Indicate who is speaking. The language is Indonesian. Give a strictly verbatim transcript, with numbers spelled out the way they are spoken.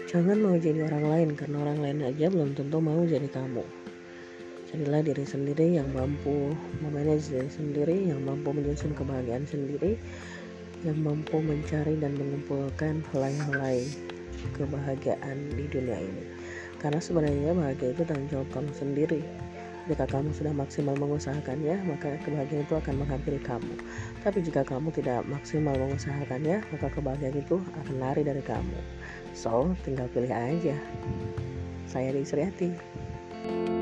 Speaker 1: Jangan mau jadi orang lain karena orang lain aja belum tentu mau jadi kamu. Jadilah diri sendiri yang mampu memanage diri sendiri, yang mampu menyusun kebahagiaan sendiri, yang mampu mencari dan mengumpulkan helai-helai kebahagiaan di dunia ini. Karena sebenarnya bahagia itu tanggung jawab kamu sendiri. Jika kamu sudah maksimal mengusahakannya, maka kebahagiaan itu akan menghampiri kamu. Tapi jika kamu tidak maksimal mengusahakannya, maka kebahagiaan itu akan lari dari kamu. So, tinggal pilih aja. Saya Desriati.